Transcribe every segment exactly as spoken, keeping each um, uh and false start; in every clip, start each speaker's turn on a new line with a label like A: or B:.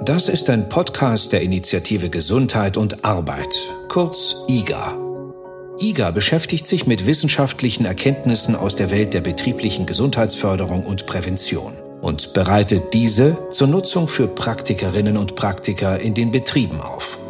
A: Das ist ein Podcast der Initiative Gesundheit und Arbeit, kurz I G A. I G A beschäftigt sich mit wissenschaftlichen Erkenntnissen aus der Welt der betrieblichen Gesundheitsförderung und Prävention und bereitet diese zur Nutzung für Praktikerinnen und Praktiker in den Betrieben auf.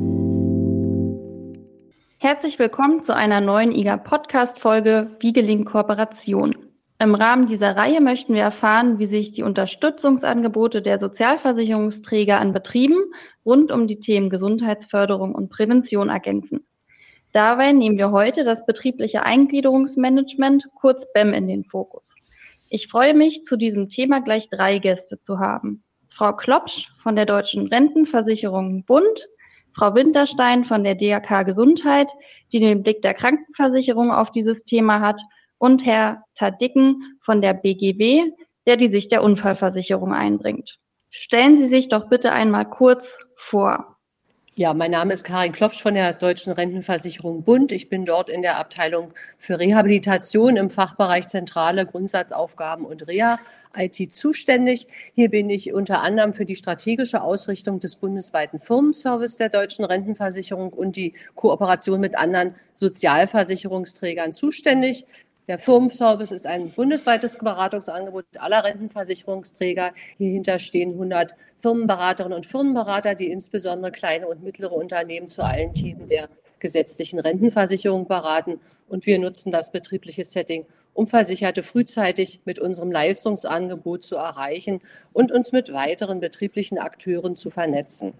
B: Herzlich willkommen zu einer neuen I G A-Podcast-Folge Wie gelingt Kooperation? Im Rahmen dieser Reihe möchten wir erfahren, wie sich die Unterstützungsangebote der Sozialversicherungsträger an Betrieben rund um die Themen Gesundheitsförderung und Prävention ergänzen. Dabei nehmen wir heute das betriebliche Eingliederungsmanagement, kurz B E M, in den Fokus. Ich freue mich, zu diesem Thema gleich drei Gäste zu haben. Frau Klopsch von der Deutschen Rentenversicherung Bund, Frau Winterstein von der D R K Gesundheit, die den Blick der Krankenversicherung auf dieses Thema hat, und Herr Tadicken von der B G W, der die Sicht der Unfallversicherung einbringt. Stellen Sie sich doch bitte einmal kurz vor.
C: Ja, mein Name ist Karin Klopsch von der Deutschen Rentenversicherung Bund. Ich bin dort in der Abteilung für Rehabilitation im Fachbereich Zentrale Grundsatzaufgaben und Reha I T zuständig. Hier bin ich unter anderem für die strategische Ausrichtung des bundesweiten Firmenservice der Deutschen Rentenversicherung und die Kooperation mit anderen Sozialversicherungsträgern zuständig. Der Firmenservice ist ein bundesweites Beratungsangebot aller Rentenversicherungsträger. Hierhinter stehen hundert Firmenberaterinnen und Firmenberater, die insbesondere kleine und mittlere Unternehmen zu allen Themen der gesetzlichen Rentenversicherung beraten. Und wir nutzen das betriebliche Setting, um Versicherte frühzeitig mit unserem Leistungsangebot zu erreichen und uns mit weiteren betrieblichen Akteuren zu vernetzen.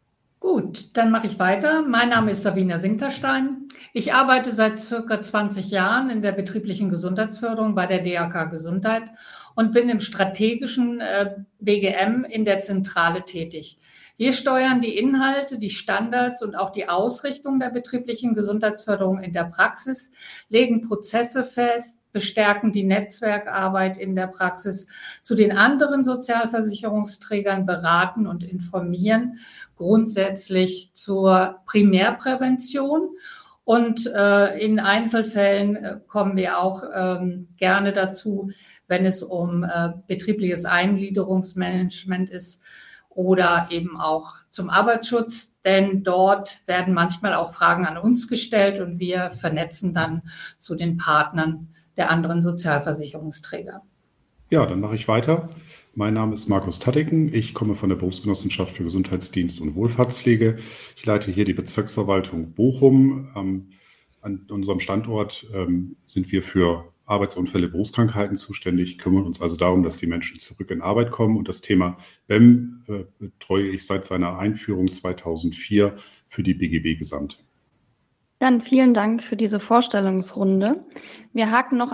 D: Gut, dann mache ich weiter. Mein Name ist Sabine Winterstein. Ich arbeite seit circa zwanzig Jahren in der betrieblichen Gesundheitsförderung bei der D R K Gesundheit und bin im strategischen äh, B G M in der Zentrale tätig. Wir steuern die Inhalte, die Standards und auch die Ausrichtung der betrieblichen Gesundheitsförderung in der Praxis, legen Prozesse fest, bestärken die Netzwerkarbeit in der Praxis, zu den anderen Sozialversicherungsträgern beraten und informieren, grundsätzlich zur Primärprävention. Und äh, in Einzelfällen äh, kommen wir auch ähm, gerne dazu, wenn es um äh, betriebliches Eingliederungsmanagement ist oder eben auch zum Arbeitsschutz, denn dort werden manchmal auch Fragen an uns gestellt und wir vernetzen dann zu den Partnern der anderen Sozialversicherungsträger.
E: Ja, dann mache ich weiter. Mein Name ist Markus Tadicken. Ich komme von der Berufsgenossenschaft für Gesundheitsdienst und Wohlfahrtspflege. Ich leite hier die Bezirksverwaltung Bochum. Ähm, an unserem Standort ähm, sind wir für Arbeitsunfälle, Berufskrankheiten zuständig, kümmern uns also darum, dass die Menschen zurück in Arbeit kommen. Und das Thema B E M äh, betreue ich seit seiner Einführung zweitausendvier für die B G W Gesamt.
B: Dann vielen Dank für diese Vorstellungsrunde. Wir haken noch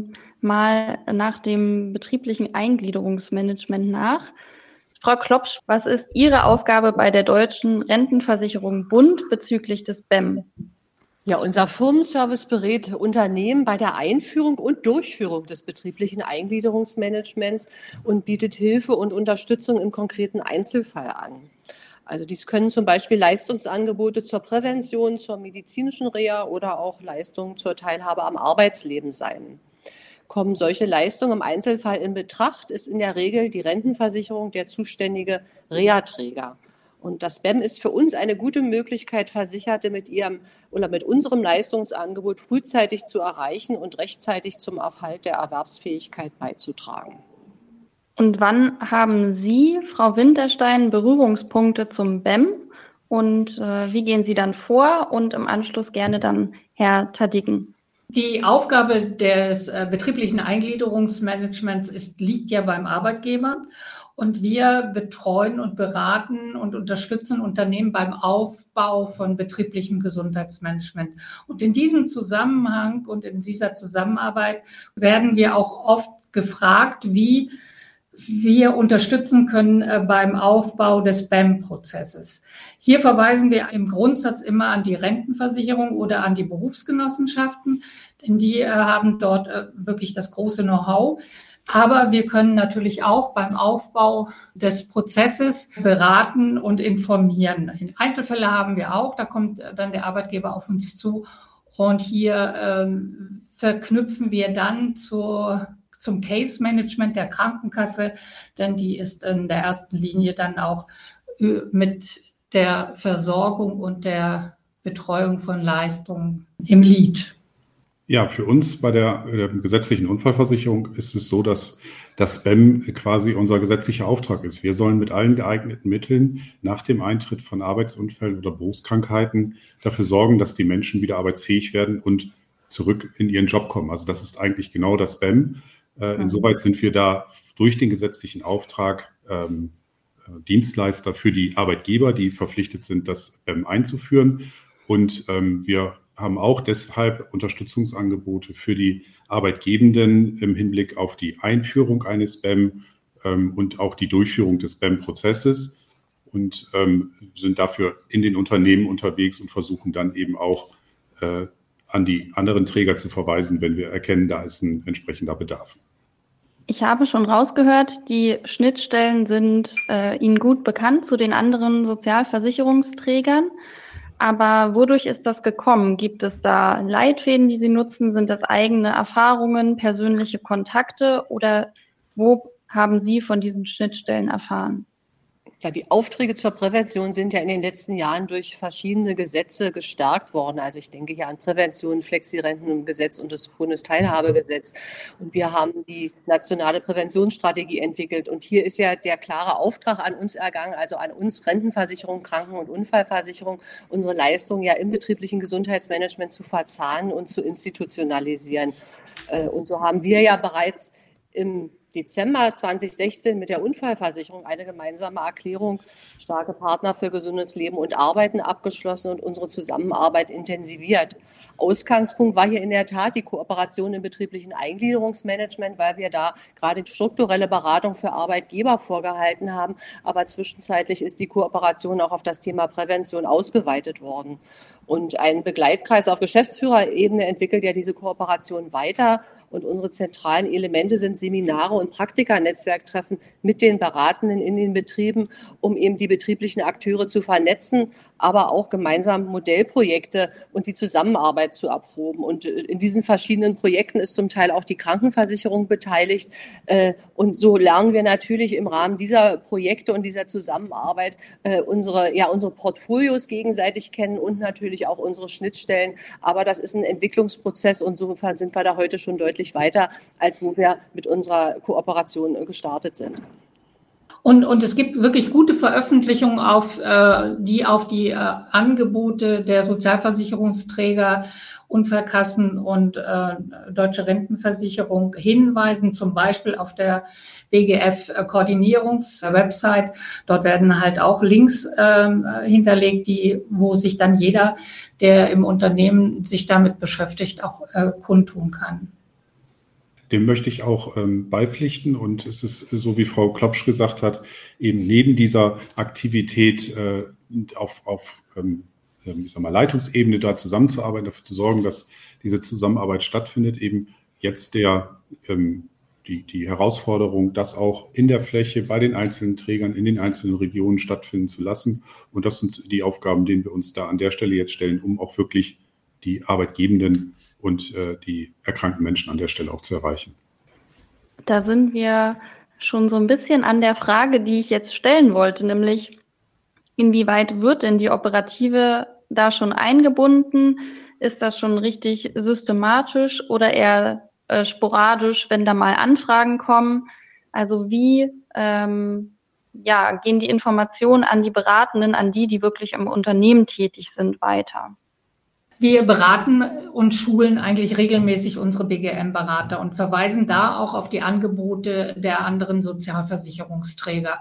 B: einmal nach dem betrieblichen Eingliederungsmanagement nach. Frau Klopsch, was ist Ihre Aufgabe bei der Deutschen Rentenversicherung Bund bezüglich des B E M?
C: Ja, unser Firmenservice berät Unternehmen bei der Einführung und Durchführung des betrieblichen Eingliederungsmanagements und bietet Hilfe und Unterstützung im konkreten Einzelfall an. Also dies können zum Beispiel Leistungsangebote zur Prävention, zur medizinischen Reha oder auch Leistungen zur Teilhabe am Arbeitsleben sein. Kommen solche Leistungen im Einzelfall in Betracht, ist in der Regel die Rentenversicherung der zuständige Reha-Träger. Und das B E M ist für uns eine gute Möglichkeit, Versicherte mit ihrem oder mit unserem Leistungsangebot frühzeitig zu erreichen und rechtzeitig zum Erhalt der Erwerbsfähigkeit beizutragen.
B: Und wann haben Sie, Frau Winterstein, Berührungspunkte zum B E M und äh, wie gehen Sie dann vor? Und im Anschluss gerne dann Herr Tadicken.
D: Die Aufgabe des äh, betrieblichen Eingliederungsmanagements ist, liegt ja beim Arbeitgeber. Und wir betreuen und beraten und unterstützen Unternehmen beim Aufbau von betrieblichem Gesundheitsmanagement. Und in diesem Zusammenhang und in dieser Zusammenarbeit werden wir auch oft gefragt, wie wir unterstützen können äh, beim Aufbau des B E M-Prozesses. Hier verweisen wir im Grundsatz immer an die Rentenversicherung oder an die Berufsgenossenschaften, denn die äh, haben dort äh, wirklich das große Know-how. Aber wir können natürlich auch beim Aufbau des Prozesses beraten und informieren. In Einzelfälle haben wir auch, da kommt dann der Arbeitgeber auf uns zu und hier ähm, verknüpfen wir dann zur zum Case-Management der Krankenkasse, denn die ist in der ersten Linie dann auch mit der Versorgung und der Betreuung von Leistungen im Lied.
E: Ja, für uns bei der, der gesetzlichen Unfallversicherung ist es so, dass das B E M quasi unser gesetzlicher Auftrag ist. Wir sollen mit allen geeigneten Mitteln nach dem Eintritt von Arbeitsunfällen oder Berufskrankheiten dafür sorgen, dass die Menschen wieder arbeitsfähig werden und zurück in ihren Job kommen. Also das ist eigentlich genau das B E M. Äh, insoweit sind wir da durch den gesetzlichen Auftrag ähm, Dienstleister für die Arbeitgeber, die verpflichtet sind, das B E M einzuführen. Und ähm, wir haben auch deshalb Unterstützungsangebote für die Arbeitgebenden im Hinblick auf die Einführung eines B E M ähm, und auch die Durchführung des B E M-Prozesses und ähm, sind dafür in den Unternehmen unterwegs und versuchen dann eben auch äh, an die anderen Träger zu verweisen, wenn wir erkennen, da ist ein entsprechender Bedarf.
B: Ich habe schon rausgehört, die Schnittstellen sind äh, Ihnen gut bekannt zu den anderen Sozialversicherungsträgern. Aber wodurch ist das gekommen? Gibt es da Leitfäden, die Sie nutzen? Sind das eigene Erfahrungen, persönliche Kontakte oder wo haben Sie von diesen Schnittstellen erfahren?
C: Ja, die Aufträge zur Prävention sind ja in den letzten Jahren durch verschiedene Gesetze gestärkt worden. Also ich denke hier an Prävention, Flexirentengesetz und das Bundesteilhabegesetz. Und wir haben die nationale Präventionsstrategie entwickelt. Und hier ist ja der klare Auftrag an uns ergangen, also an uns Rentenversicherung, Kranken- und Unfallversicherung, unsere Leistungen ja im betrieblichen Gesundheitsmanagement zu verzahnen und zu institutionalisieren. Und so haben wir ja bereits im Dezember zweitausendsechzehn mit der Unfallversicherung eine gemeinsame Erklärung starke Partner für gesundes Leben und Arbeiten abgeschlossen und unsere Zusammenarbeit intensiviert. Ausgangspunkt war hier in der Tat die Kooperation im betrieblichen Eingliederungsmanagement, weil wir da gerade strukturelle Beratung für Arbeitgeber vorgehalten haben. Aber zwischenzeitlich ist die Kooperation auch auf das Thema Prävention ausgeweitet worden. Und ein Begleitkreis auf Geschäftsführerebene entwickelt ja diese Kooperation weiter. Und unsere zentralen Elemente sind Seminare und Praktikernetzwerktreffen mit den Beratenden in den Betrieben, um eben die betrieblichen Akteure zu vernetzen, aber auch gemeinsam Modellprojekte und die Zusammenarbeit zu erproben. Und in diesen verschiedenen Projekten ist zum Teil auch die Krankenversicherung beteiligt. Und so lernen wir natürlich im Rahmen dieser Projekte und dieser Zusammenarbeit unsere, ja, unsere Portfolios gegenseitig kennen und natürlich auch unsere Schnittstellen. Aber das ist ein Entwicklungsprozess und insofern sind wir da heute schon deutlich weiter, als wo wir mit unserer Kooperation gestartet sind.
D: Und, und es gibt wirklich gute Veröffentlichungen, auf, äh, die auf die äh, Angebote der Sozialversicherungsträger, Unfallkassen und äh, Deutsche Rentenversicherung hinweisen, zum Beispiel auf der B G F-Koordinierungs-Website. Dort werden halt auch Links äh, hinterlegt, die, wo sich dann jeder, der im Unternehmen sich damit beschäftigt, auch äh, kundtun kann.
E: Dem möchte ich auch ähm, beipflichten und es ist, so wie Frau Klopsch gesagt hat, eben neben dieser Aktivität äh, auf, auf ähm, ich sag mal, Leitungsebene da zusammenzuarbeiten, dafür zu sorgen, dass diese Zusammenarbeit stattfindet, eben jetzt der, ähm, die, die Herausforderung, das auch in der Fläche bei den einzelnen Trägern in den einzelnen Regionen stattfinden zu lassen. Und das sind die Aufgaben, denen wir uns da an der Stelle jetzt stellen, um auch wirklich die Arbeitgebenden und äh, die erkrankten Menschen an der Stelle auch zu erreichen.
B: Da sind wir schon so ein bisschen an der Frage, die ich jetzt stellen wollte, nämlich inwieweit wird denn die Operative da schon eingebunden? Ist das schon richtig systematisch oder eher äh, sporadisch, wenn da mal Anfragen kommen? Also wie ähm, ja, gehen die Informationen an die Beratenden, an die, die wirklich im Unternehmen tätig sind, weiter?
D: Wir beraten und schulen eigentlich regelmäßig unsere B G M-Berater und verweisen da auch auf die Angebote der anderen Sozialversicherungsträger.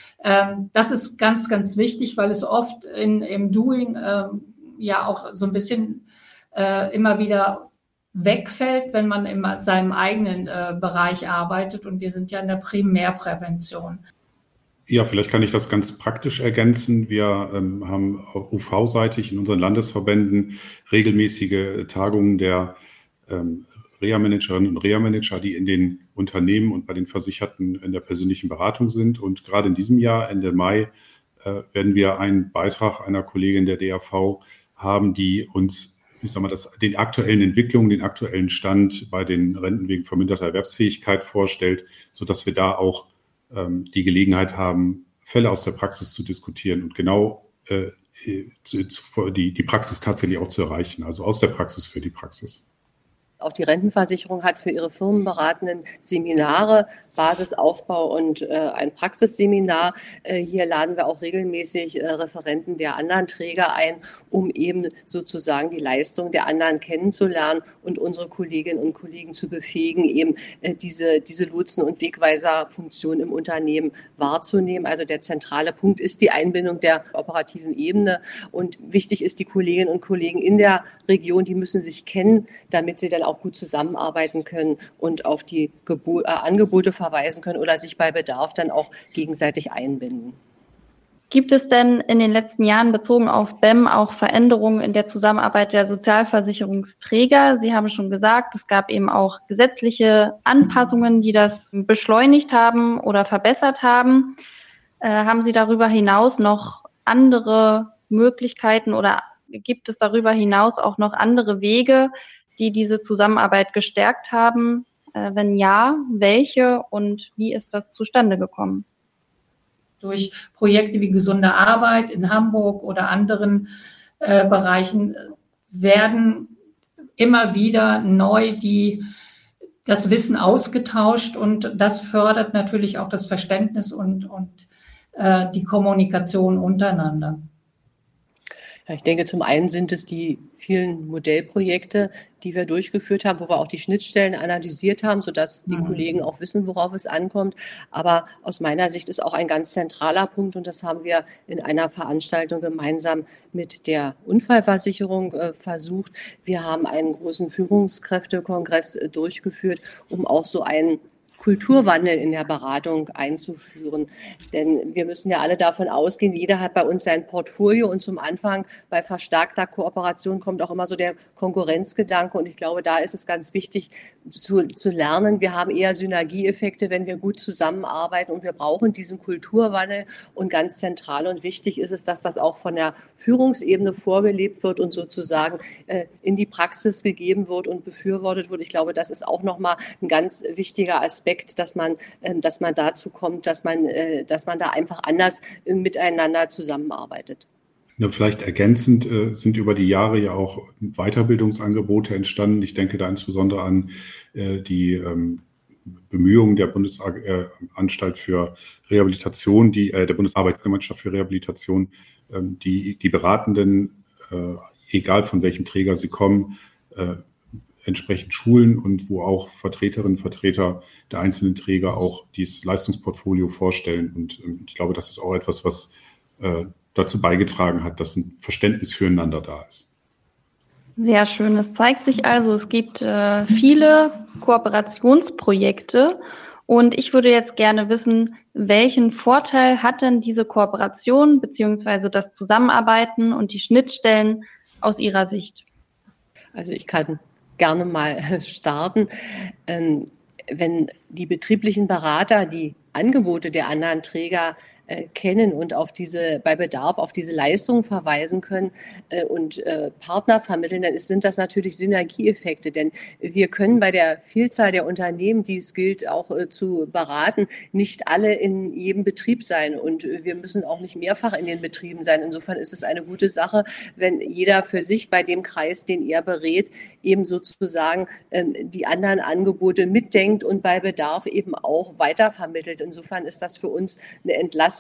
D: Das ist ganz, ganz wichtig, weil es oft in, im Doing ja auch so ein bisschen immer wieder wegfällt, wenn man in seinem eigenen Bereich arbeitet. Und wir sind ja in der Primärprävention.
E: Ja, vielleicht kann ich das ganz praktisch ergänzen. Wir ähm, haben auch U V-seitig in unseren Landesverbänden regelmäßige Tagungen der ähm, Reha-Managerinnen und Reha-Manager, die in den Unternehmen und bei den Versicherten in der persönlichen Beratung sind. Und gerade in diesem Jahr, Ende Mai, äh, werden wir einen Beitrag einer Kollegin der D A V haben, die uns, ich sag mal, das, den aktuellen Entwicklungen, den aktuellen Stand bei den Renten wegen verminderter Erwerbsfähigkeit vorstellt, sodass wir da auch die Gelegenheit haben, Fälle aus der Praxis zu diskutieren und genau äh, zu, zu, die, die Praxis tatsächlich auch zu erreichen, also aus der Praxis für die Praxis.
C: Auch die Rentenversicherung hat für ihre firmenberatenden Seminare, Basisaufbau und äh, ein Praxisseminar. Äh, hier laden wir auch regelmäßig äh, Referenten der anderen Träger ein, um eben sozusagen die Leistung der anderen kennenzulernen und unsere Kolleginnen und Kollegen zu befähigen, eben äh, diese, diese Lotsen- und Wegweiserfunktion im Unternehmen wahrzunehmen. Also der zentrale Punkt ist die Einbindung der operativen Ebene. Und wichtig ist, die Kolleginnen und Kollegen in der Region, die müssen sich kennen, damit sie dann auch gut zusammenarbeiten können und auf die Gebo- äh, Angebote verweisen können oder sich bei Bedarf dann auch gegenseitig einbinden.
B: Gibt es denn in den letzten Jahren bezogen auf B E M auch Veränderungen in der Zusammenarbeit der Sozialversicherungsträger? Sie haben schon gesagt, es gab eben auch gesetzliche Anpassungen, die das beschleunigt haben oder verbessert haben. Äh, haben Sie darüber hinaus noch andere Möglichkeiten oder gibt es darüber hinaus auch noch andere Wege, die diese Zusammenarbeit gestärkt haben? Äh, wenn ja, welche und wie ist das zustande gekommen?
D: Durch Projekte wie Gesunde Arbeit in Hamburg oder anderen äh, Bereichen werden immer wieder neu die, das Wissen ausgetauscht und das fördert natürlich auch das Verständnis und, und äh, die Kommunikation untereinander.
C: Ja, ich denke, zum einen sind es die vielen Modellprojekte, die wir durchgeführt haben, wo wir auch die Schnittstellen analysiert haben, sodass die mhm. Kollegen auch wissen, worauf es ankommt. Aber aus meiner Sicht ist auch ein ganz zentraler Punkt, und das haben wir in einer Veranstaltung gemeinsam mit der Unfallversicherung äh, versucht. Wir haben einen großen Führungskräftekongress äh, durchgeführt, um auch so einen Kulturwandel in der Beratung einzuführen. Denn wir müssen ja alle davon ausgehen, jeder hat bei uns sein Portfolio und zum Anfang bei verstärkter Kooperation kommt auch immer so der Konkurrenzgedanke, und ich glaube, da ist es ganz wichtig zu, zu lernen. Wir haben eher Synergieeffekte, wenn wir gut zusammenarbeiten, und wir brauchen diesen Kulturwandel, und ganz zentral und wichtig ist es, dass das auch von der Führungsebene vorgelebt wird und sozusagen äh, in die Praxis gegeben wird und befürwortet wird. Ich glaube, das ist auch nochmal ein ganz wichtiger Aspekt, dass man, dass man dazu kommt, dass man, dass man da einfach anders miteinander zusammenarbeitet.
E: Ja, vielleicht ergänzend äh, sind über die Jahre ja auch Weiterbildungsangebote entstanden. Ich denke da insbesondere an äh, die ähm, Bemühungen der Bundesanstalt für Rehabilitation, die äh, der Bundesarbeitsgemeinschaft für Rehabilitation, ähm, die die Beratenden, äh, egal von welchem Träger sie kommen, äh, entsprechend schulen und wo auch Vertreterinnen und Vertreter der einzelnen Träger auch dieses Leistungsportfolio vorstellen. Und ähm, ich glaube, das ist auch etwas, was äh, dazu beigetragen hat, dass ein Verständnis füreinander da ist.
B: Sehr schön. Es zeigt sich also, es gibt äh, viele Kooperationsprojekte, und ich würde jetzt gerne wissen, welchen Vorteil hat denn diese Kooperation beziehungsweise das Zusammenarbeiten und die Schnittstellen aus Ihrer Sicht?
C: Also ich kann gerne mal starten. Ähm, wenn die betrieblichen Berater die Angebote der anderen Träger äh, kennen und auf diese, bei Bedarf auf diese Leistungen verweisen können äh, und äh, Partner vermitteln, dann ist, sind das natürlich Synergieeffekte, denn wir können bei der Vielzahl der Unternehmen, die es gilt auch äh, zu beraten, nicht alle in jedem Betrieb sein, und äh, wir müssen auch nicht mehrfach in den Betrieben sein. Insofern ist es eine gute Sache, wenn jeder für sich bei dem Kreis, den er berät, eben sozusagen äh, die anderen Angebote mitdenkt und bei Bedarf eben auch weitervermittelt. Insofern ist das für uns eine Entlastung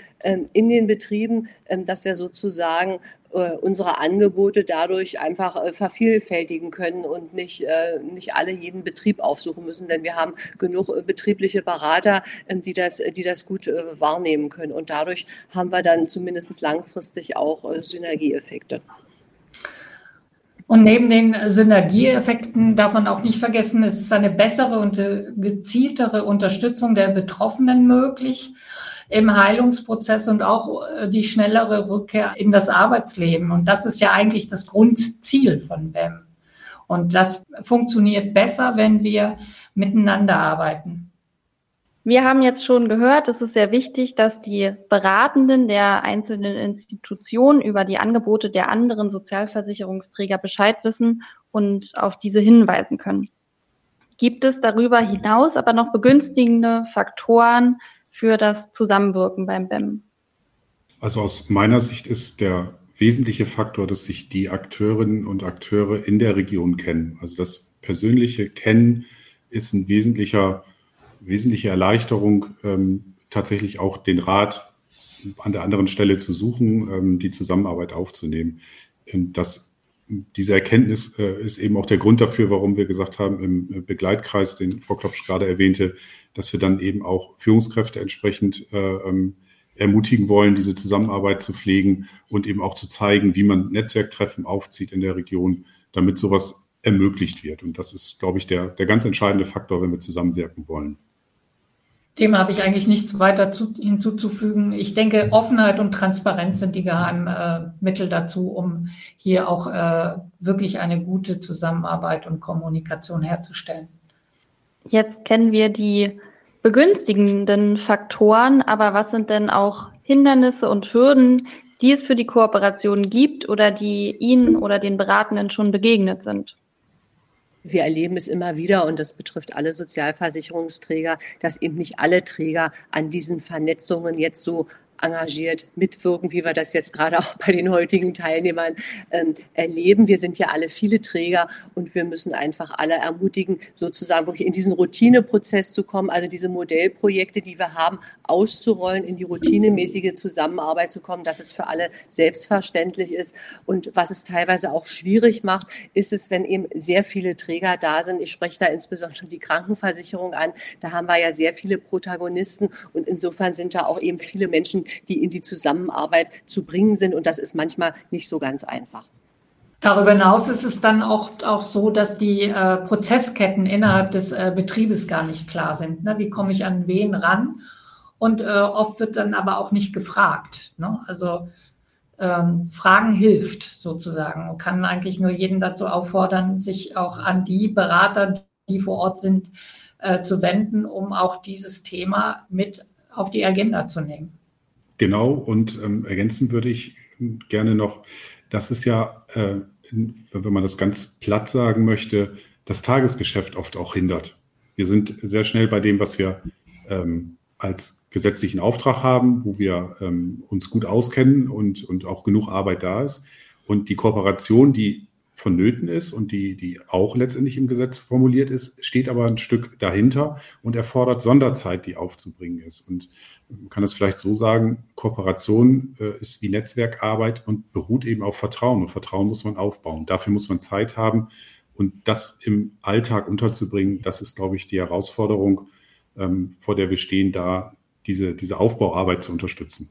C: in den Betrieben, dass wir sozusagen unsere Angebote dadurch einfach vervielfältigen können und nicht, nicht alle jeden Betrieb aufsuchen müssen, denn wir haben genug betriebliche Berater, die das, die das gut wahrnehmen können, und dadurch haben wir dann zumindest langfristig auch Synergieeffekte.
D: Und neben den Synergieeffekten darf man auch nicht vergessen, es ist eine bessere und gezieltere Unterstützung der Betroffenen möglich im Heilungsprozess und auch die schnellere Rückkehr in das Arbeitsleben. Und das ist ja eigentlich das Grundziel von B E M. Und das funktioniert besser, wenn wir miteinander arbeiten.
B: Wir haben jetzt schon gehört, es ist sehr wichtig, dass die Beratenden der einzelnen Institutionen über die Angebote der anderen Sozialversicherungsträger Bescheid wissen und auf diese hinweisen können. Gibt es darüber hinaus aber noch begünstigende Faktoren für das Zusammenwirken beim B E M?
E: Also aus meiner Sicht ist der wesentliche Faktor, dass sich die Akteurinnen und Akteure in der Region kennen. Also das persönliche Kennen ist ein wesentlicher, wesentliche Erleichterung, ähm, tatsächlich auch den Rat an der anderen Stelle zu suchen, ähm, die Zusammenarbeit aufzunehmen. Und das, diese Erkenntnis äh, ist eben auch der Grund dafür, warum wir gesagt haben, im Begleitkreis, den Frau Klopsch gerade erwähnte, dass wir dann eben auch Führungskräfte entsprechend äh, ähm, ermutigen wollen, diese Zusammenarbeit zu pflegen und eben auch zu zeigen, wie man Netzwerktreffen aufzieht in der Region, damit sowas ermöglicht wird. Und das ist, glaube ich, der, der ganz entscheidende Faktor, wenn wir zusammenwirken wollen.
D: Dem habe ich eigentlich nichts weiter zu, hinzuzufügen. Ich denke, Offenheit und Transparenz sind die geheimen äh, Mittel dazu, um hier auch äh, wirklich eine gute Zusammenarbeit und Kommunikation herzustellen.
B: Jetzt kennen wir die begünstigenden Faktoren, aber was sind denn auch Hindernisse und Hürden, die es für die Kooperation gibt oder die Ihnen oder den Beratenden schon begegnet sind?
C: Wir erleben es immer wieder, und das betrifft alle Sozialversicherungsträger, dass eben nicht alle Träger an diesen Vernetzungen jetzt so engagiert mitwirken, wie wir das jetzt gerade auch bei den heutigen Teilnehmern ähm, erleben. Wir sind ja alle viele Träger und wir müssen einfach alle ermutigen, sozusagen wirklich in diesen Routineprozess zu kommen, also diese Modellprojekte, die wir haben, auszurollen, in die routinemäßige Zusammenarbeit zu kommen, dass es für alle selbstverständlich ist. Und was es teilweise auch schwierig macht, ist es, wenn eben sehr viele Träger da sind. Ich spreche da insbesondere die Krankenversicherung an. Da haben wir ja sehr viele Protagonisten und insofern sind da auch eben viele Menschen, die in die Zusammenarbeit zu bringen sind. Und das ist manchmal nicht so ganz einfach.
D: Darüber hinaus ist es dann oft auch so, dass die äh, Prozessketten innerhalb des äh, Betriebes gar nicht klar sind. Ne? Wie komme ich an wen ran? Und äh, oft wird dann aber auch nicht gefragt. Ne? Also ähm, Fragen hilft sozusagen und kann eigentlich nur jeden dazu auffordern, sich auch an die Berater, die vor Ort sind, äh, zu wenden, um auch dieses Thema mit auf die Agenda zu nehmen.
E: Genau, und ähm, ergänzen würde ich gerne noch, das ist ja, äh, wenn man das ganz platt sagen möchte, das Tagesgeschäft oft auch hindert. Wir sind sehr schnell bei dem, was wir ähm, als gesetzlichen Auftrag haben, wo wir ähm, uns gut auskennen und, und auch genug Arbeit da ist. Und die Kooperation, die vonnöten ist und die, die auch letztendlich im Gesetz formuliert ist, steht aber ein Stück dahinter und erfordert Sonderzeit, die aufzubringen ist. Und man kann es vielleicht so sagen, Kooperation äh, ist wie Netzwerkarbeit und beruht eben auf Vertrauen. Und Vertrauen muss man aufbauen. Dafür muss man Zeit haben. Und das im Alltag unterzubringen, das ist, glaube ich, die Herausforderung, ähm, vor der wir stehen, da diese, diese Aufbauarbeit zu unterstützen.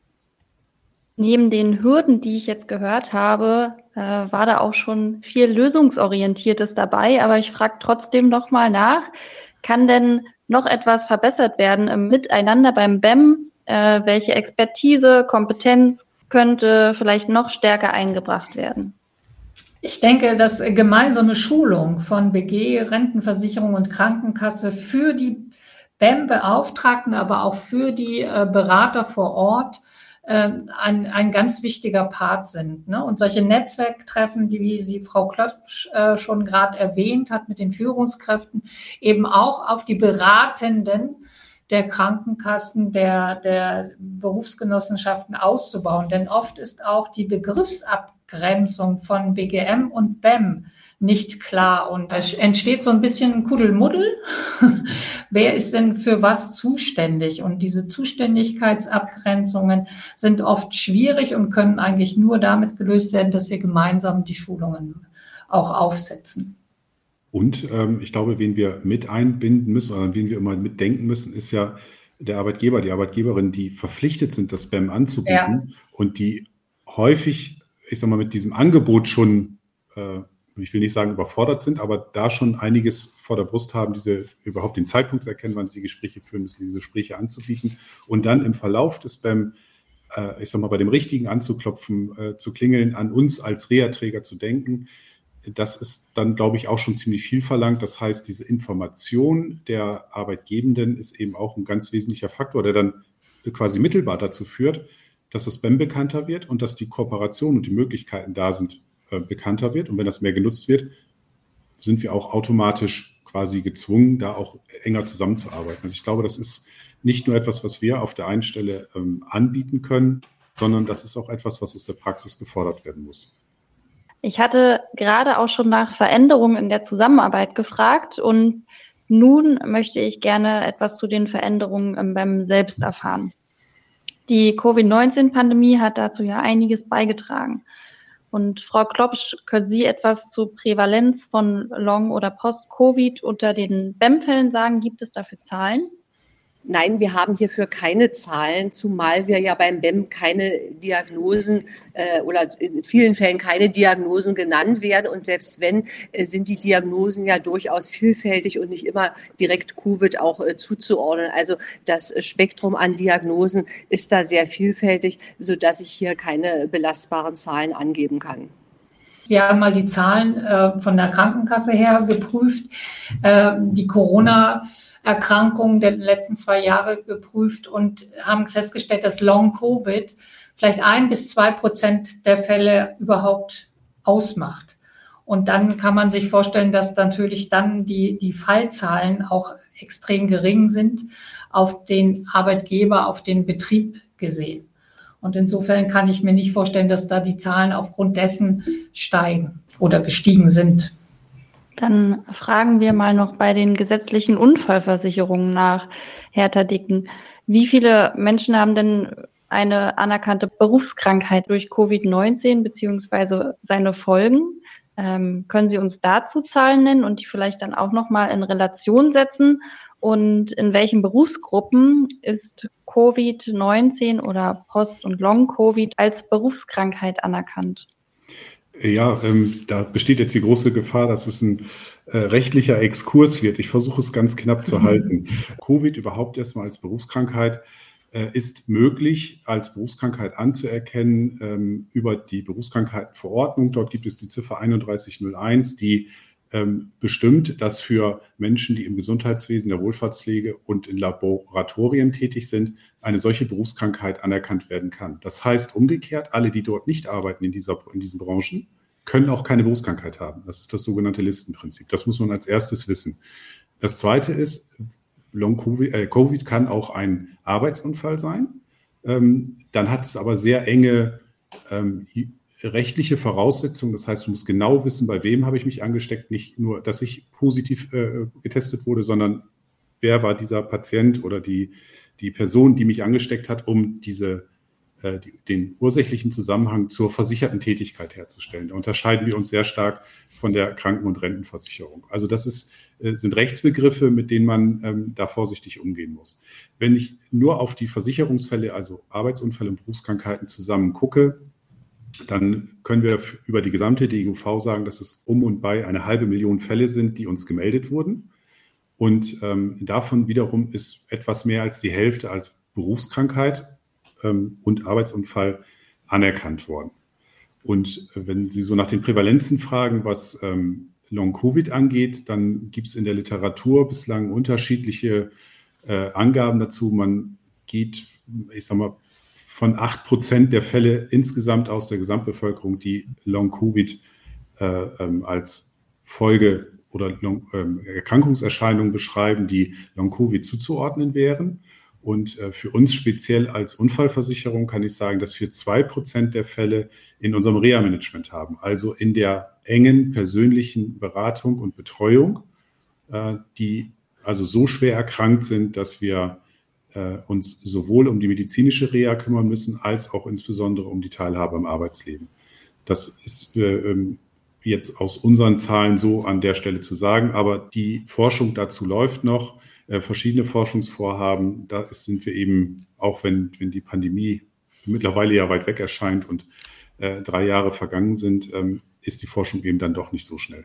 B: Neben den Hürden, die ich jetzt gehört habe, äh, war da auch schon viel Lösungsorientiertes dabei. Aber ich frage trotzdem noch mal nach, kann denn noch etwas verbessert werden im Miteinander beim B E M? Äh, welche Expertise, Kompetenz könnte vielleicht noch stärker eingebracht werden?
D: Ich denke, dass gemeinsame Schulung von B G, Rentenversicherung und Krankenkasse für die B E M-Beauftragten, aber auch für die äh, Berater vor Ort Ein, ein ganz wichtiger Part sind. Ne? Und solche Netzwerktreffen, die wie sie Frau Klopsch äh, schon gerade erwähnt hat mit den Führungskräften, eben auch auf die Beratenden der Krankenkassen, der, der Berufsgenossenschaften auszubauen. Denn oft ist auch die Begriffsabgrenzung von B G M und B E M nicht klar und es entsteht so ein bisschen Kuddelmuddel. Wer ist denn für was zuständig? Und diese Zuständigkeitsabgrenzungen sind oft schwierig und können eigentlich nur damit gelöst werden, dass wir gemeinsam die Schulungen auch aufsetzen.
E: Und ähm, ich glaube, wen wir mit einbinden müssen oder wen wir immer mitdenken müssen, ist ja der Arbeitgeber, die Arbeitgeberin, die verpflichtet sind, das B E M anzubieten ja. Und die häufig, ich sag mal, mit diesem Angebot schon äh, ich will nicht sagen überfordert sind, aber da schon einiges vor der Brust haben, diese überhaupt den Zeitpunkt zu erkennen, wann sie die Gespräche führen müssen, diese Gespräche anzubieten und dann im Verlauf des B E M, äh, ich sag mal, bei dem Richtigen anzuklopfen, äh, zu klingeln, an uns als Reha-Träger zu denken. Das ist dann, glaube ich, auch schon ziemlich viel verlangt. Das heißt, diese Information der Arbeitgebenden ist eben auch ein ganz wesentlicher Faktor, der dann quasi mittelbar dazu führt, dass das B E M bekannter wird und dass die Kooperation und die Möglichkeiten da sind, bekannter wird. Und wenn das mehr genutzt wird, sind wir auch automatisch quasi gezwungen, da auch enger zusammenzuarbeiten. Also ich glaube, das ist nicht nur etwas, was wir auf der einen Stelle ähm, anbieten können, sondern das ist auch etwas, was aus der Praxis gefordert werden muss.
B: Ich hatte gerade auch schon nach Veränderungen in der Zusammenarbeit gefragt und nun möchte ich gerne etwas zu den Veränderungen im B E M selbst erfahren. Die Covid neunzehn Pandemie hat dazu ja einiges beigetragen. Und Frau Klopsch, können Sie etwas zur Prävalenz von Long- oder Post-Covid unter den B E M-Fällen sagen? Gibt es dafür Zahlen?
C: Nein, wir haben hierfür keine Zahlen, zumal wir ja beim B E M keine Diagnosen äh, oder in vielen Fällen keine Diagnosen genannt werden. Und selbst wenn, äh, sind die Diagnosen ja durchaus vielfältig und nicht immer direkt Covid auch äh, zuzuordnen. Also das Spektrum an Diagnosen ist da sehr vielfältig, sodass ich hier keine belastbaren Zahlen angeben kann.
D: Wir haben mal die Zahlen äh, von der Krankenkasse her geprüft. Äh, die Corona- Erkrankungen der letzten zwei Jahre geprüft und haben festgestellt, dass Long-Covid vielleicht ein bis zwei Prozent der Fälle überhaupt ausmacht. Und dann kann man sich vorstellen, dass natürlich dann die, die Fallzahlen auch extrem gering sind auf den Arbeitgeber, auf den Betrieb gesehen. Und insofern kann ich mir nicht vorstellen, dass da die Zahlen aufgrund dessen steigen oder gestiegen sind.
B: Dann fragen wir mal noch bei den gesetzlichen Unfallversicherungen nach, Herr Tadicken. Wie viele Menschen haben denn eine anerkannte Berufskrankheit durch Covid neunzehn beziehungsweise seine Folgen? Ähm, können Sie uns dazu Zahlen nennen und die vielleicht dann auch nochmal in Relation setzen? Und in welchen Berufsgruppen ist Covid neunzehn oder Post- und Long-Covid als Berufskrankheit anerkannt?
E: Ja, ähm, da besteht jetzt die große Gefahr, dass es ein äh, rechtlicher Exkurs wird. Ich versuche es ganz knapp zu halten. Covid überhaupt erstmal als Berufskrankheit äh, ist möglich, als Berufskrankheit anzuerkennen ähm, über die Berufskrankheitenverordnung. Dort gibt es die Ziffer einunddreißig null eins, die ähm, bestimmt, dass für Menschen, die im Gesundheitswesen, der Wohlfahrtspflege und in Laboratorien tätig sind, eine solche Berufskrankheit anerkannt werden kann. Das heißt umgekehrt, alle, die dort nicht arbeiten in, dieser, in diesen Branchen, können auch keine Berufskrankheit haben. Das ist das sogenannte Listenprinzip. Das muss man als erstes wissen. Das Zweite ist, Long-Covid äh, Covid kann auch ein Arbeitsunfall sein. Ähm, dann hat es aber sehr enge ähm, rechtliche Voraussetzungen. Das heißt, man muss genau wissen, bei wem habe ich mich angesteckt. Nicht nur, dass ich positiv äh, getestet wurde, sondern wer war dieser Patient oder die, die Person, die mich angesteckt hat, um diese, äh, die, den ursächlichen Zusammenhang zur versicherten Tätigkeit herzustellen. Da unterscheiden wir uns sehr stark von der Kranken- und Rentenversicherung. Also das ist, äh, sind Rechtsbegriffe, mit denen man ähm, da vorsichtig umgehen muss. Wenn ich nur auf die Versicherungsfälle, also Arbeitsunfälle und Berufskrankheiten zusammen gucke, dann können wir über die gesamte D G U V sagen, dass es um und bei eine halbe Million Fälle sind, die uns gemeldet wurden. Und ähm, davon wiederum ist etwas mehr als die Hälfte als Berufskrankheit ähm, und Arbeitsunfall anerkannt worden. Und wenn Sie so nach den Prävalenzen fragen, was ähm, Long-Covid angeht, dann gibt es in der Literatur bislang unterschiedliche äh, Angaben dazu. Man geht, ich sag mal, von acht Prozent der Fälle insgesamt aus der Gesamtbevölkerung, die Long-Covid äh, ähm, als Folge oder Long, ähm, Erkrankungserscheinungen beschreiben, die Long-Covid zuzuordnen wären. Und äh, für uns speziell als Unfallversicherung kann ich sagen, dass wir zwei Prozent der Fälle in unserem Reha-Management haben, also in der engen persönlichen Beratung und Betreuung, äh, die also so schwer erkrankt sind, dass wir uns sowohl um die medizinische Reha kümmern müssen, als auch insbesondere um die Teilhabe am Arbeitsleben. Das ist äh, jetzt aus unseren Zahlen so an der Stelle zu sagen, aber die Forschung dazu läuft noch, äh, verschiedene Forschungsvorhaben. Da sind wir eben, auch wenn, wenn die Pandemie mittlerweile ja weit weg erscheint und äh, drei Jahre vergangen sind, ähm, ist die Forschung eben dann doch nicht so schnell.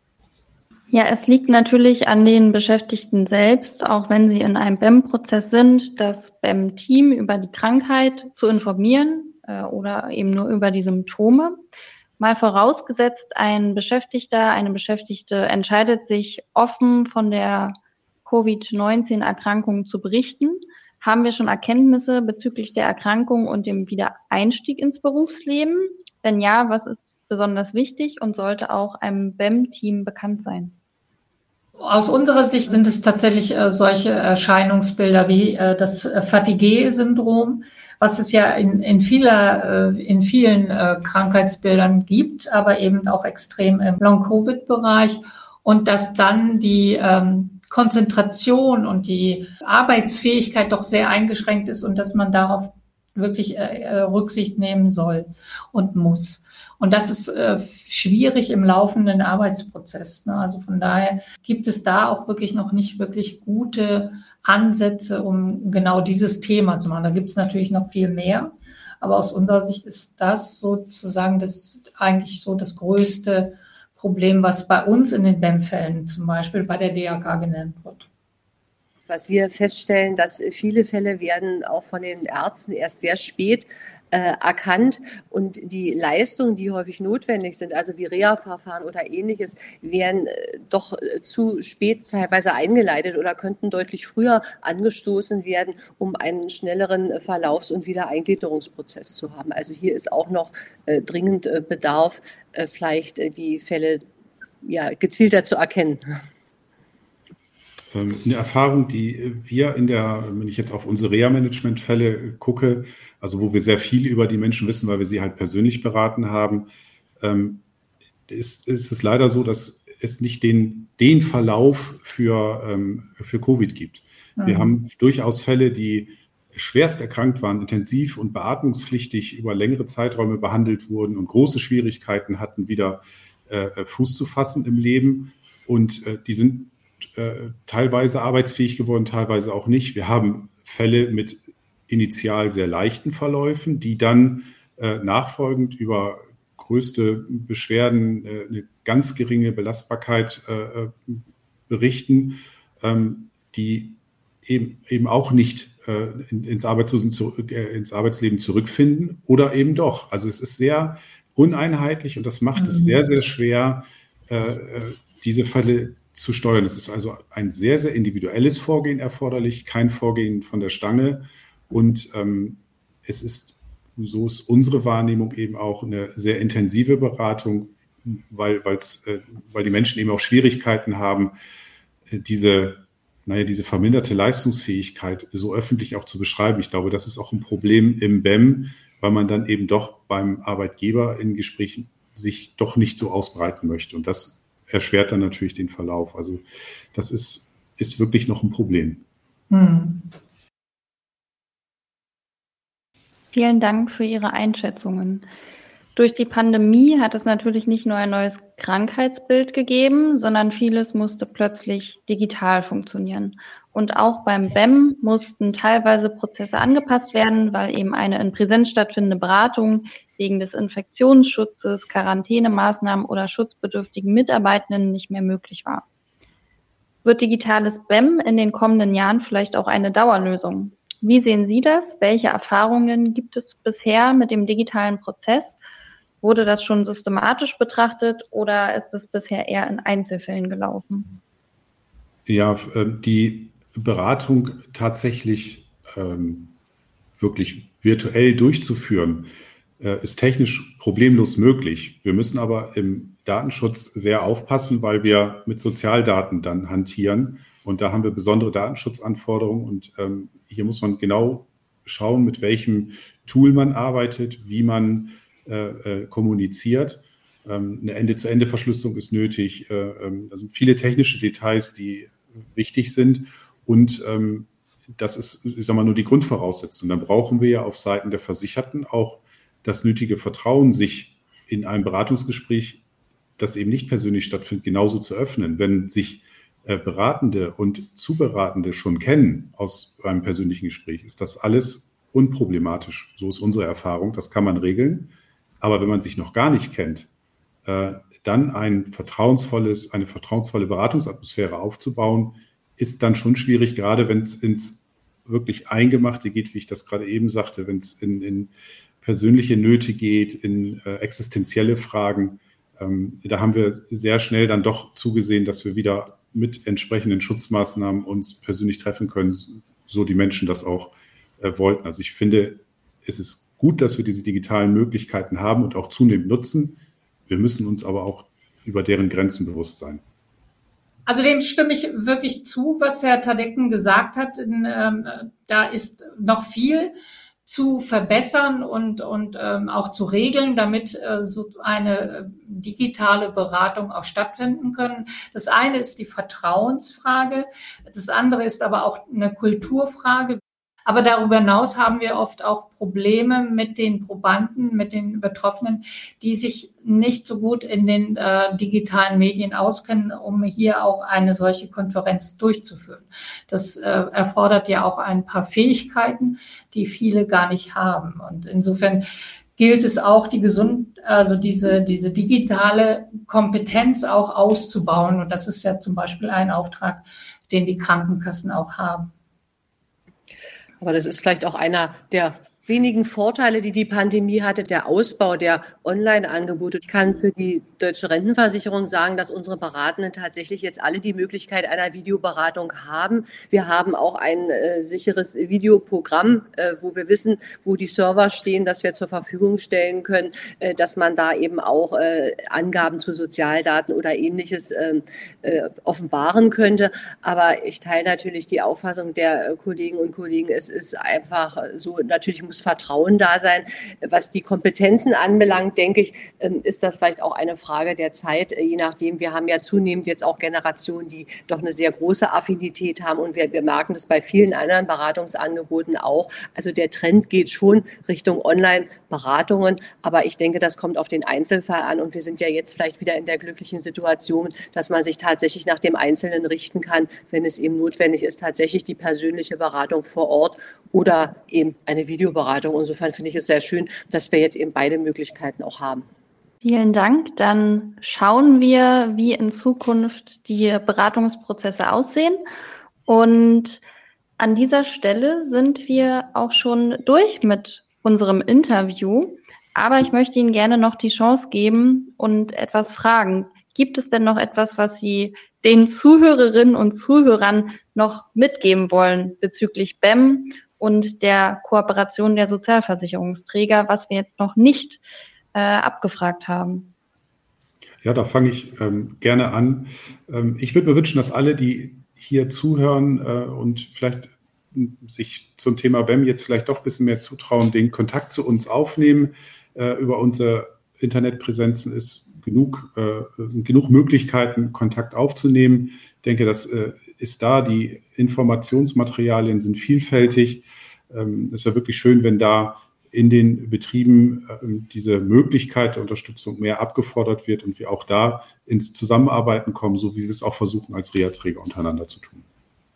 B: Ja, es liegt natürlich an den Beschäftigten selbst, auch wenn sie in einem B E M-Prozess sind, das B E M-Team über die Krankheit zu informieren äh, oder eben nur über die Symptome. Mal vorausgesetzt, ein Beschäftigter, eine Beschäftigte entscheidet sich offen von der Covid neunzehn Erkrankung zu berichten. Haben wir schon Erkenntnisse bezüglich der Erkrankung und dem Wiedereinstieg ins Berufsleben? Wenn ja, was ist besonders wichtig und sollte auch einem B E M-Team bekannt sein?
D: Aus unserer Sicht sind es tatsächlich äh, solche Erscheinungsbilder wie äh, das Fatigue-Syndrom, was es ja in, in, vieler, äh, in vielen äh, Krankheitsbildern gibt, aber eben auch extrem im Long-Covid-Bereich. Und dass dann die ähm, Konzentration und die Arbeitsfähigkeit doch sehr eingeschränkt ist und dass man darauf wirklich äh, Rücksicht nehmen soll und muss. Und das ist äh, schwierig im laufenden Arbeitsprozess. Ne? Also von daher gibt es da auch wirklich noch nicht wirklich gute Ansätze, um genau dieses Thema zu machen. Da gibt es natürlich noch viel mehr. Aber aus unserer Sicht ist das sozusagen das eigentlich so das größte Problem, was bei uns in den B E M-Fällen zum Beispiel bei der D R K genannt wird.
C: Was wir feststellen, dass viele Fälle werden auch von den Ärzten erst sehr spät äh, erkannt und die Leistungen, die häufig notwendig sind, also wie Reha-Verfahren oder Ähnliches, werden äh, doch äh, zu spät teilweise eingeleitet oder könnten deutlich früher angestoßen werden, um einen schnelleren äh, Verlaufs- und Wiedereingliederungsprozess zu haben. Also hier ist auch noch äh, dringend äh, Bedarf, äh, vielleicht äh, die Fälle ja, gezielter zu erkennen.
E: Eine Erfahrung, die wir in der, wenn ich jetzt auf unsere Reha-Management-Fälle gucke, also wo wir sehr viel über die Menschen wissen, weil wir sie halt persönlich beraten haben, ist, ist es leider so, dass es nicht den, den Verlauf für, für Covid gibt. Mhm. Wir haben durchaus Fälle, die schwerst erkrankt waren, intensiv und beatmungspflichtig über längere Zeiträume behandelt wurden und große Schwierigkeiten hatten, wieder Fuß zu fassen im Leben. Und die sind teilweise arbeitsfähig geworden, teilweise auch nicht. Wir haben Fälle mit initial sehr leichten Verläufen, die dann äh, nachfolgend über größte Beschwerden, äh, eine ganz geringe Belastbarkeit äh, berichten, ähm, die eben, eben auch nicht äh, in, ins, Arbeitslosen zurück, äh, ins Arbeitsleben zurückfinden oder eben doch. Also es ist sehr uneinheitlich und das macht mhm. es sehr, sehr schwer, äh, diese Fälle zu steuern. Es ist also ein sehr, sehr individuelles Vorgehen erforderlich, kein Vorgehen von der Stange. Und ähm, es ist, so ist unsere Wahrnehmung eben auch eine sehr intensive Beratung, weil, weil's, äh, weil die Menschen eben auch Schwierigkeiten haben, äh, diese, naja, diese verminderte Leistungsfähigkeit so öffentlich auch zu beschreiben. Ich glaube, das ist auch ein Problem im B E M, weil man dann eben doch beim Arbeitgeber in Gesprächen sich doch nicht so ausbreiten möchte. Und das erschwert dann natürlich den Verlauf. Also das ist, ist wirklich noch ein Problem. Hm.
B: Vielen Dank für Ihre Einschätzungen. Durch die Pandemie hat es natürlich nicht nur ein neues Krankheitsbild gegeben, sondern vieles musste plötzlich digital funktionieren. Und auch beim B E M mussten teilweise Prozesse angepasst werden, weil eben eine in Präsenz stattfindende Beratung wegen des Infektionsschutzes, Quarantänemaßnahmen oder schutzbedürftigen Mitarbeitenden nicht mehr möglich war. Wird digitales B E M in den kommenden Jahren vielleicht auch eine Dauerlösung? Wie sehen Sie das? Welche Erfahrungen gibt es bisher mit dem digitalen Prozess? Wurde das schon systematisch betrachtet oder ist es bisher eher in Einzelfällen gelaufen?
E: Ja, die Beratung tatsächlich ähm, wirklich virtuell durchzuführen, äh, ist technisch problemlos möglich. Wir müssen aber im Datenschutz sehr aufpassen, weil wir mit Sozialdaten dann hantieren. Und da haben wir besondere Datenschutzanforderungen. Und ähm, hier muss man genau schauen, mit welchem Tool man arbeitet, wie man äh, äh, kommuniziert. Ähm, eine Ende-zu-Ende-Verschlüsselung ist nötig. Äh, äh, da sind viele technische Details, die wichtig sind. Und ähm, das ist, ich sag mal, nur die Grundvoraussetzung. Dann brauchen wir ja auf Seiten der Versicherten auch das nötige Vertrauen, sich in einem Beratungsgespräch, das eben nicht persönlich stattfindet, genauso zu öffnen. Wenn sich äh, Beratende und Zuberatende schon kennen aus einem persönlichen Gespräch, ist das alles unproblematisch. So ist unsere Erfahrung. Das kann man regeln. Aber wenn man sich noch gar nicht kennt, äh, dann ein vertrauensvolles, eine vertrauensvolle Beratungsatmosphäre aufzubauen, ist dann schon schwierig, gerade wenn es ins wirklich Eingemachte geht, wie ich das gerade eben sagte, wenn es in, in persönliche Nöte geht, in äh, existenzielle Fragen. Ähm, da haben wir sehr schnell dann doch zugesehen, dass wir wieder mit entsprechenden Schutzmaßnahmen uns persönlich treffen können, so die Menschen das auch äh, wollten. Also ich finde, es ist gut, dass wir diese digitalen Möglichkeiten haben und auch zunehmend nutzen. Wir müssen uns aber auch über deren Grenzen bewusst sein.
D: Also dem stimme ich wirklich zu, was Herr Tadecken gesagt hat. In, ähm, da ist noch viel zu verbessern und, und ähm, auch zu regeln, damit äh, so eine digitale Beratung auch stattfinden können. Das eine ist die Vertrauensfrage, das andere ist aber auch eine Kulturfrage. Aber darüber hinaus haben wir oft auch Probleme mit den Probanden, mit den Betroffenen, die sich nicht so gut in den äh, digitalen Medien auskennen, um hier auch eine solche Konferenz durchzuführen. Das äh, erfordert ja auch ein paar Fähigkeiten, die viele gar nicht haben. Und insofern gilt es auch, die gesund, also diese, diese digitale Kompetenz auch auszubauen. Und das ist ja zum Beispiel ein Auftrag, den die Krankenkassen auch haben.
C: Aber das ist vielleicht auch einer der wenigen Vorteile, die die Pandemie hatte, der Ausbau der Online-Angebote. Ich kann für die Deutsche Rentenversicherung sagen, dass unsere Beratenden tatsächlich jetzt alle die Möglichkeit einer Videoberatung haben. Wir haben auch ein äh, sicheres Videoprogramm, äh, wo wir wissen, wo die Server stehen, das wir zur Verfügung stellen können, äh, dass man da eben auch äh, Angaben zu Sozialdaten oder Ähnliches äh, äh, offenbaren könnte. Aber ich teile natürlich die Auffassung der äh, Kollegen und Kollegen. Es ist einfach so, natürlich muss Vertrauen da sein. Was die Kompetenzen anbelangt, denke ich, ist das vielleicht auch eine Frage der Zeit, je nachdem. Wir haben ja zunehmend jetzt auch Generationen, die doch eine sehr große Affinität haben und wir, wir merken das bei vielen anderen Beratungsangeboten auch. Also der Trend geht schon Richtung Online-Beratungen, aber ich denke, das kommt auf den Einzelfall an und wir sind ja jetzt vielleicht wieder in der glücklichen Situation, dass man sich tatsächlich nach dem Einzelnen richten kann, wenn es eben notwendig ist, tatsächlich die persönliche Beratung vor Ort oder eben eine Videoberatung. Insofern finde ich es sehr schön, dass wir jetzt eben beide Möglichkeiten auch haben.
B: Vielen Dank. Dann schauen wir, wie in Zukunft die Beratungsprozesse aussehen. Und an dieser Stelle sind wir auch schon durch mit unserem Interview. Aber ich möchte Ihnen gerne noch die Chance geben und etwas fragen. Gibt es denn noch etwas, was Sie den Zuhörerinnen und Zuhörern noch mitgeben wollen bezüglich B E M und der Kooperation der Sozialversicherungsträger, was wir jetzt noch nicht äh, abgefragt haben?
E: Ja, da fange ich ähm, gerne an. Ähm, ich würde mir wünschen, dass alle, die hier zuhören äh, und vielleicht sich zum Thema B E M jetzt vielleicht doch ein bisschen mehr zutrauen, den Kontakt zu uns aufnehmen. Äh, über unsere Internetpräsenzen ist genug, äh, sind genug Möglichkeiten, Kontakt aufzunehmen. Ich denke, das äh, ist da. Die Informationsmaterialien sind vielfältig. Ähm, es wäre wirklich schön, wenn da in den Betrieben äh, diese Möglichkeit der Unterstützung mehr abgefordert wird und wir auch da ins Zusammenarbeiten kommen, so wie wir es auch versuchen, als Reha-Träger untereinander zu tun.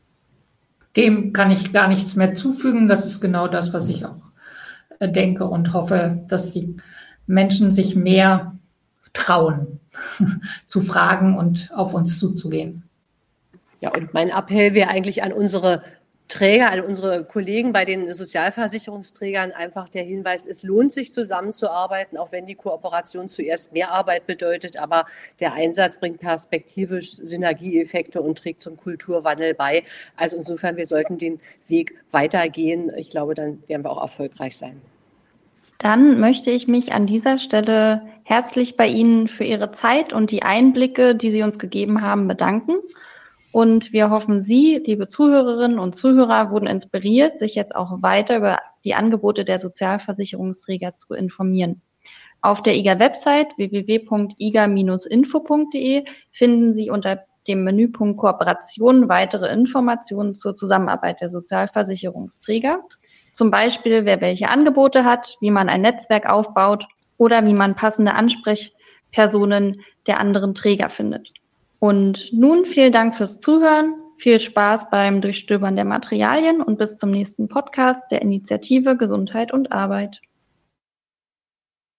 D: Dem kann ich gar nichts mehr zufügen. Das ist genau das, was ich auch äh, denke und hoffe, dass die Menschen sich mehr trauen, zu fragen und auf uns zuzugehen.
C: Ja, und mein Appell wäre eigentlich an unsere Träger, an unsere Kollegen bei den Sozialversicherungsträgern einfach der Hinweis, es lohnt sich zusammenzuarbeiten, auch wenn die Kooperation zuerst mehr Arbeit bedeutet, aber der Einsatz bringt perspektivisch Synergieeffekte und trägt zum Kulturwandel bei. Also insofern, wir sollten den Weg weitergehen. Ich glaube, dann werden wir auch erfolgreich sein.
B: Dann möchte ich mich an dieser Stelle herzlich bei Ihnen für Ihre Zeit und die Einblicke, die Sie uns gegeben haben, bedanken. Und wir hoffen, Sie, liebe Zuhörerinnen und Zuhörer, wurden inspiriert, sich jetzt auch weiter über die Angebote der Sozialversicherungsträger zu informieren. Auf der I G A-Website w w w punkt i g a Bindestrich info punkt d e finden Sie unter dem Menüpunkt Kooperation weitere Informationen zur Zusammenarbeit der Sozialversicherungsträger. Zum Beispiel, wer welche Angebote hat, wie man ein Netzwerk aufbaut oder wie man passende Ansprechpersonen der anderen Träger findet. Und nun vielen Dank fürs Zuhören, viel Spaß beim Durchstöbern der Materialien und bis zum nächsten Podcast der Initiative Gesundheit und Arbeit.